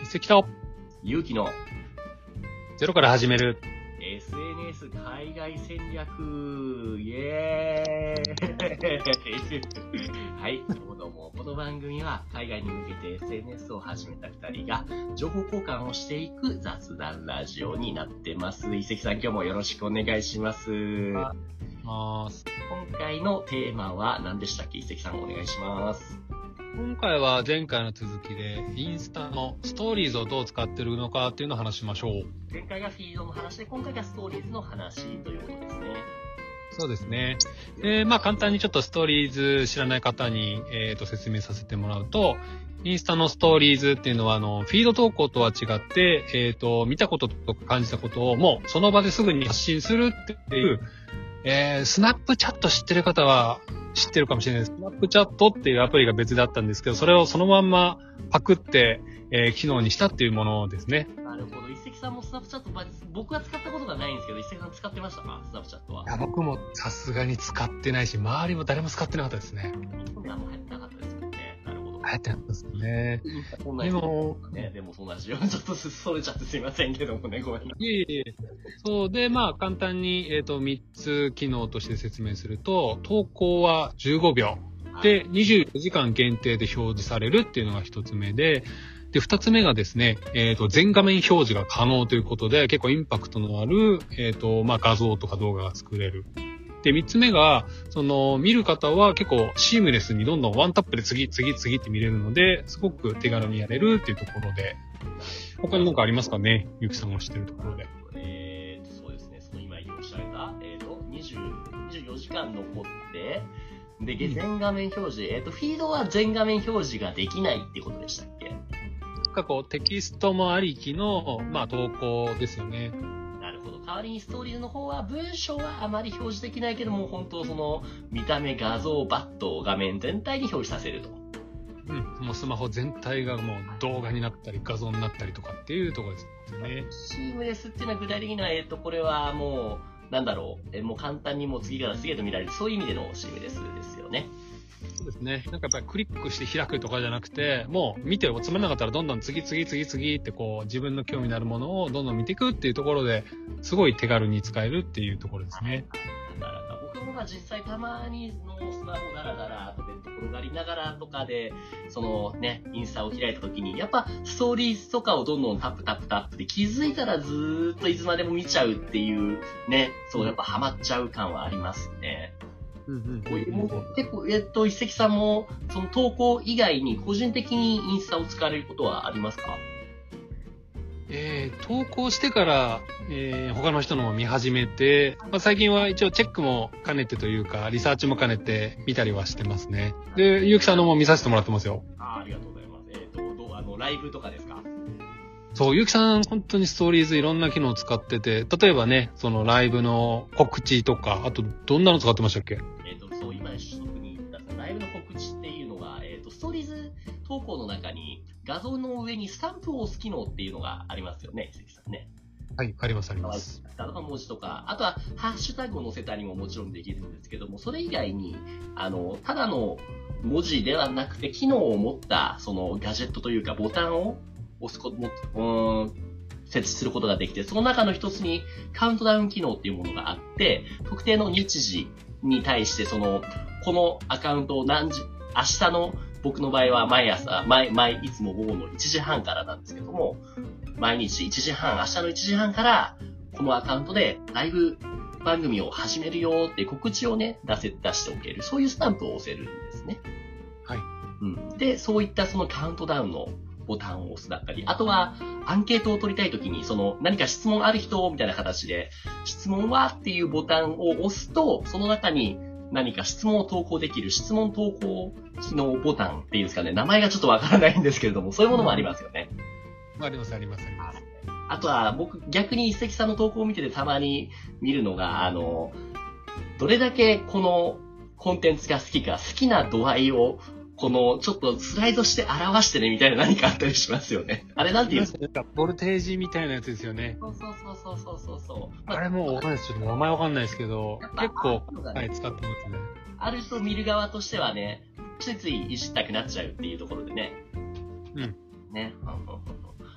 関と勇気のゼロから始める SNS 海外戦略イエーイはい、どうもこの番組は海外に向けて SNS を始めた2人が情報交換をしていく雑談ラジオになってます。伊関さん、今日もよろしくお願いします。今回のテーマは何でしたっけ？伊関さん、お願いします。 今回は前回の続きでインスタのストーリーズをどう使ってるのかっていうのを話しましょう。 前回がフィードの話で、今回がストーリーズの話ということですね。 そうですね。簡単にちょっとストーリーズ知らない方に、説明させてもらうと、インスタのストーリーズっていうのはフィード投稿とは違って、見たこととか感じたことをもうその場ですぐに発信するっていう、スナップチャット知ってる方は知ってるかもしれないです。スナップチャットっていうアプリが別だったんですけど、それをそのまんまパクって、機能にしたっていうものですね。 なるほど。一石さんもスナップチャット、僕は使ったことがないんですけど、一石さん使ってましたか？スナップチャットは。 いや、僕もさすがに使ってないし、周りも誰も使ってなかったですね。 日本ではもう流行ってなかったですよね。なるほど。 流行ってなかったですね。 でもそんな話をちょっとそれちゃってすいませんけどもね、ごめんなさい。 いえ。そうで、簡単に、3つ機能として説明すると、投稿は15秒。で、24時間限定で表示されるっていうのが1つ目で、2つ目がですね、全画面表示が可能ということで、結構インパクトのある、画像とか動画が作れる。で、3つ目が、見る方は結構シームレスにどんどんワンタップで次って見れるので、すごく手軽にやれるっていうところで、他に何かありますかね？ゆきさんが知ってるところで。 そうですね、今おっしゃられた、24時間残って、で、全画面表示、フィードは全画面表示ができないっていうことでしたっけ？ テキストもありきの、投稿ですよね。 なるほど。代わりにストーリーズの方は文章はあまり表示できないけども、本当見た目、画像、バットを画面全体に表示させると。 もうスマホ全体がもう動画になったり画像になったりとかっていうところですよね。 シームレスっていうのは具体的には、これはもう、もう簡単にもう次から次へと見られる、そういう意味でのシームレスですよね。 そうですね。やっぱりクリックして開くとかじゃなくて、もう見てつまらなかったらどんどん次って自分の興味のあるものをどんどん見ていくっていうところですごい手軽に使えるっていうところですね。 僕も実際たまにスマホダラダラとベッド転がりながらとかで、インスタを開いた時に、やっぱストーリーズとかをどんどんタップで気づいたらずーっといつまでも見ちゃうっていうね、やっぱハマっちゃう感はありますね。結構、一石さんも、投稿以外に個人的にインスタを使われることはありますか？ 投稿してから、他の人のも見始めて、最近は一応チェックも兼ねてというか、リサーチも兼ねて見たりはしてますね。で、ゆうきさんのも見させてもらってますよ。 ありがとうございます。ライブとかですか？ そう、ゆうきさん本当にストーリーズいろんな機能を使ってて、例えばね、ライブの告知とか、あとどんなの使ってましたっけ？ 今特に言ったライブの告知っていうのが、ストーリーズ投稿の中に画像の上にスタンプを押す機能っていうのがありますよね、関さんね。 はい、あります。 文字とか、あとはハッシュタグを載せたりももちろんできるんですけども、それ以外に、ただの文字ではなくて、機能を持った、ガジェットというか、ボタンを押すことも、設置することができて、その中の一つにカウントダウン機能っていうものがあって、特定の日時に対して、このアカウントを明日の、僕の場合は毎朝、いつも午後の1時半からなんですけども、毎日1時半、明日の1時半から、このアカウントでライブ番組を始めるよって告知をね、出しておける。そういうスタンプを押せるんですね。 はい。 で、そういったカウントダウンのボタンを押すだったり、あとはアンケートを取りたいときに、何か質問ある人みたいな形で、質問はっていうボタンを押すと、その中に何か質問を投稿できる質問投稿機能ボタンっていうんですかね、名前がちょっとわからないんですけれども、そういうものもありますよね。 あります。 あとは僕逆に一石さんの投稿を見ててたまに見るのが、どれだけこのコンテンツが好きか、好きな度合いをちょっとスライドして表してねみたいな何かあったりしますよね。あれなんていうんですか？ ボルテージみたいなやつですよね。 そう。 あれもうわかんないです。ちょっと名前わかんないですけど、結構、はい、使ってますね。 あると見る側としてはね、ついついいじったくなっちゃうっていうところでね。 うん。 ね。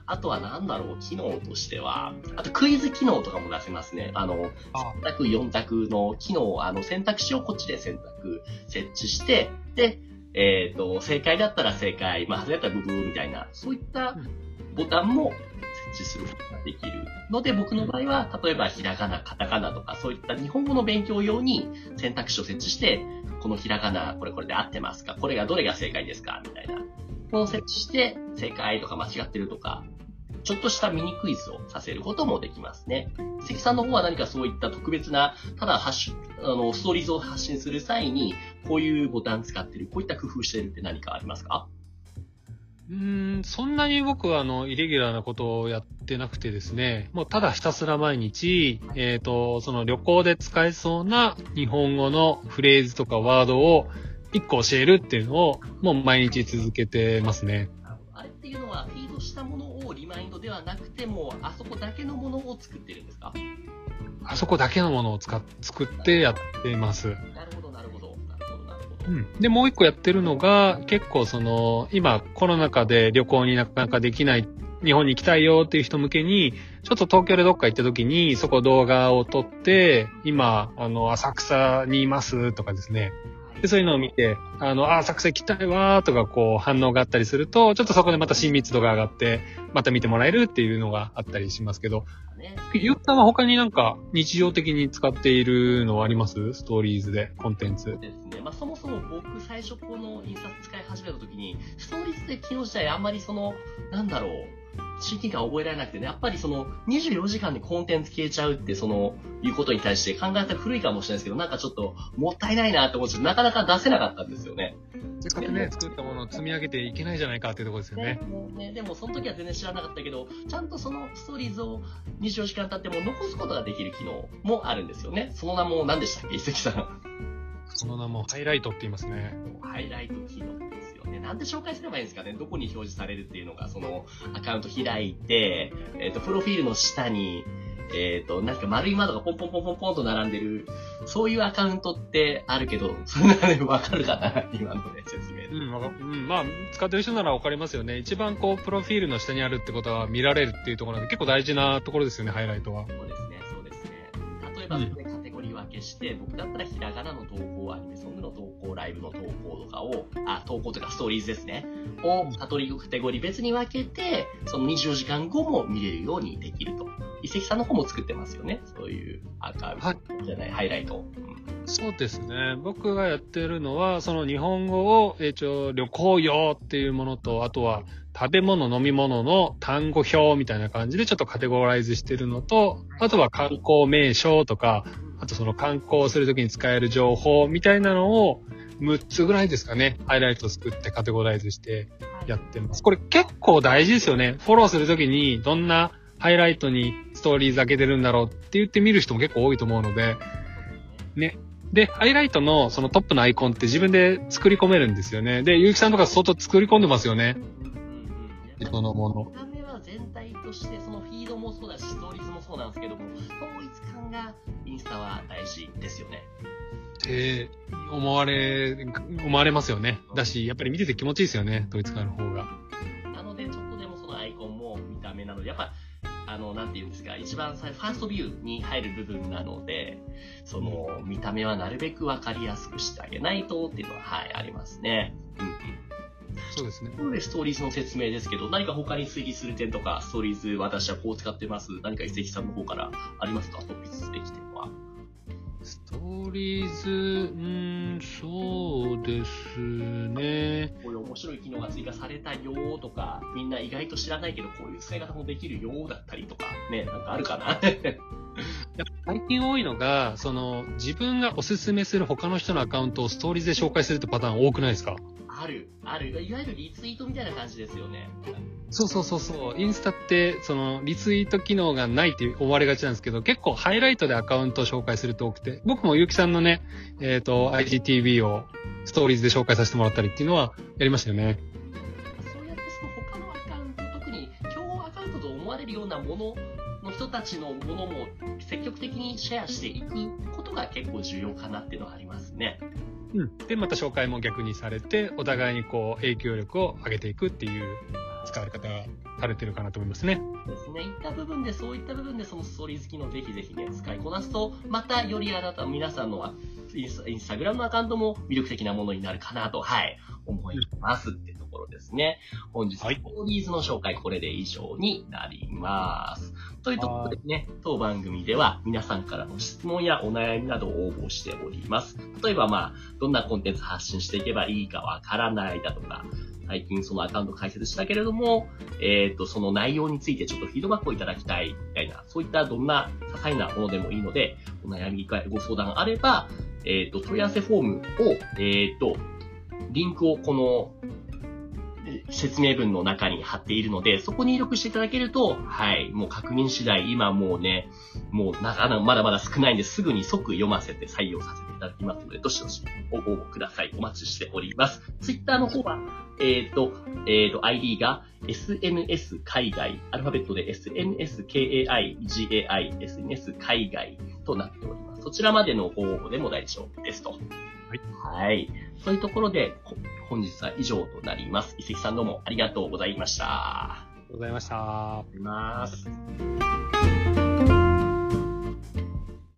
あとはなんだろう、機能としては、あとクイズ機能とかも出せますね。3択、4択の機能、選択肢をこっちで設置して、で、正解だったら正解、外れだったらブブーみたいな、そういったボタンも設置することができるので、僕の場合は、例えばひらがな、カタカナとか、そういった日本語の勉強用に選択肢を設置して、このひらがな、これで合ってますか？どれが正解ですか？みたいな。を設置して、正解とか間違ってるとか、ちょっとしたミニクイズをさせることもできますね。関さんの方は何かそういった特別な、ただストーリーズを発信する際に、こういうボタン使ってる、こういった工夫してるって何かありますか？ そんなに僕はイレギュラーなことをやってなくてですね、もうただひたすら毎日、その旅行で使えそうな日本語のフレーズとかワードを1個教えるっていうのをもう毎日続けてますね。 あれっていうのはフィードしたものをリマインドではなくても、あそこだけのものを作ってるんですか？ あそこだけのものを作ってやってます。 なるほど。 で、もう一個やってるのが、結構今コロナ禍で旅行になかなかできない、日本に行きたいよっていう人向けに、ちょっと東京でどっか行った時に、そこ動画を撮って、今、浅草にいますとかですね。で、そういうのを見て、浅草行きたいわーとか反応があったりすると、ちょっとそこでまた親密度が上がって、また見てもらえるっていうのがあったりしますけど、ゆうたは他になんか日常的に使っているのはあります？ストーリーズで、コンテンツ。 そうですね。そもそも僕最初この印刷使い始めた時に、ストーリーズで機能自体あんまり親近感覚えられなくてね、やっぱり24時間でコンテンツ消えちゃうっていうことに対して考え方古いかもしれないですけど、なんかちょっともったいないなって思ってなかなか出せなかったんですよね。 せっかくね、作ったものを積み上げていけないじゃないかっていうところですよね。 でもその時は全然知らなかったけど、ちゃんとそのストーリーズを24時間経っても残すことができる機能もあるんですよね。その名も何でしたっけ、伊関さん。 その名もハイライトって言いますね。 ハイライト機能ですよね。なんで紹介すればいいんですかね。どこに表示されるっていうのが、アカウント開いて、プロフィールの下に、なんか丸い窓がポンポンポンポンポンと並んでる、そういうアカウントってあるけど、そんなね、わかるかな今のね、説明で。 使ってる人ならわかりますよね。一番プロフィールの下にあるってことは見られるっていうところなんで、結構大事なところですよね、ハイライトは。 そうですね。例えば、カテゴリー分けして、僕だったらひらがなの投稿、アニメソングの投稿、ライブの投稿とかを、投稿というかストーリーズですね。をカテゴリー別に分けて、その24時間後も見れるようにできると。伊関さんの方も作ってますよね。そういうアカウントじゃない、ハイライト。 そうですね。僕がやってるのは、その日本語を、旅行用っていうものと、あとは食べ物、飲み物の単語表みたいな感じでちょっとカテゴライズしてるのと、あとは観光名所とか、あと観光するときに使える情報みたいなのを6つぐらいですかね、ハイライト作ってカテゴライズしてやってます。これ結構大事ですよね。フォローするときにどんなハイライトにストーリーズ開けてるんだろうって言って見る人も結構多いと思うので、ね。で、ハイライトのそのトップのアイコンって自分で作り込めるんですよね。で、ゆうきさんとか相当作り込んでますよね。そのもの。 見た目は全体として、そのフィードもそうだし、ストーリーズもそうなんですけども、統一感がインスタは大事ですよね。 思われますよね。だし、やっぱり見てて気持ちいいですよね。統一感の方が。 なので、ちょっとでもそのアイコンも見た目なので、やっぱ、なんていうんですか、一番ファーストビューに入る部分なので、見た目はなるべくわかりやすくしてあげないとっていうのは、ありますね。 そうですね。 これでストーリーズの説明ですけど、何か他に追記する点とか、ストーリーズ私はこう使ってます。何か伊関さんの方からありますか？トピックスできては。 ストーリーズ、そうですね。 こういう面白い機能が追加されたよとか、みんな意外と知らないけど、こういう使い方もできるよだったりとか、ね、なんかあるかなやっぱ最近多いのが、自分がおすすめする他の人のアカウントをストーリーズで紹介するってパターン多くないですか？ ある。いわゆるリツイートみたいな感じですよね。 そう。インスタって、リツイート機能がないって思われがちなんですけど、結構ハイライトでアカウントを紹介すると多くて、僕もゆうきさんのね、IGTV をストーリーズで紹介させてもらったりっていうのはやりましたよね。 そうやって他のアカウント、特に競合アカウントと思われるようなものの人たちのものも積極的にシェアしていくことが結構重要かなっていうのはありますね。 で、また紹介も逆にされて、お互いに影響力を上げていくっていう使われ方されてるかなと思いますね。 ですね。そういった部分でそのストーリーズ機能をぜひぜひね、使いこなすと、またより皆さんのインスタグラムのアカウントも魅力的なものになるかなと、思いますってところですね。本日、ストーリーズの紹介、これで以上になります。というところでね、当番組では皆さんからの質問やお悩みなどを応募しております。例えばどんなコンテンツ発信していけばいいかわからないだとか、最近そのアカウント開設したけれども、その内容についてちょっとフィードバックをいただきたいみたいな、そういったどんな些細なものでもいいので、お悩みご相談あれば、問い合わせフォームを、リンクをこの説明文の中に貼っているので、そこに入力していただけると、もう確認次第、今もうね、まだまだ少ないんですぐに即読ませて採用させていただきますので、どしどしご応募ください。お待ちしております。ツイッターの方は、ID が SNS 海外、アルファベットで SNSKAIGAI、SNS 海外となっております。そちらまでのご応募でも大丈夫ですと。そういうところで、本日は以上となります。伊関さんどうもありがとうございました。 ありがとうございました。 ありがとうございます。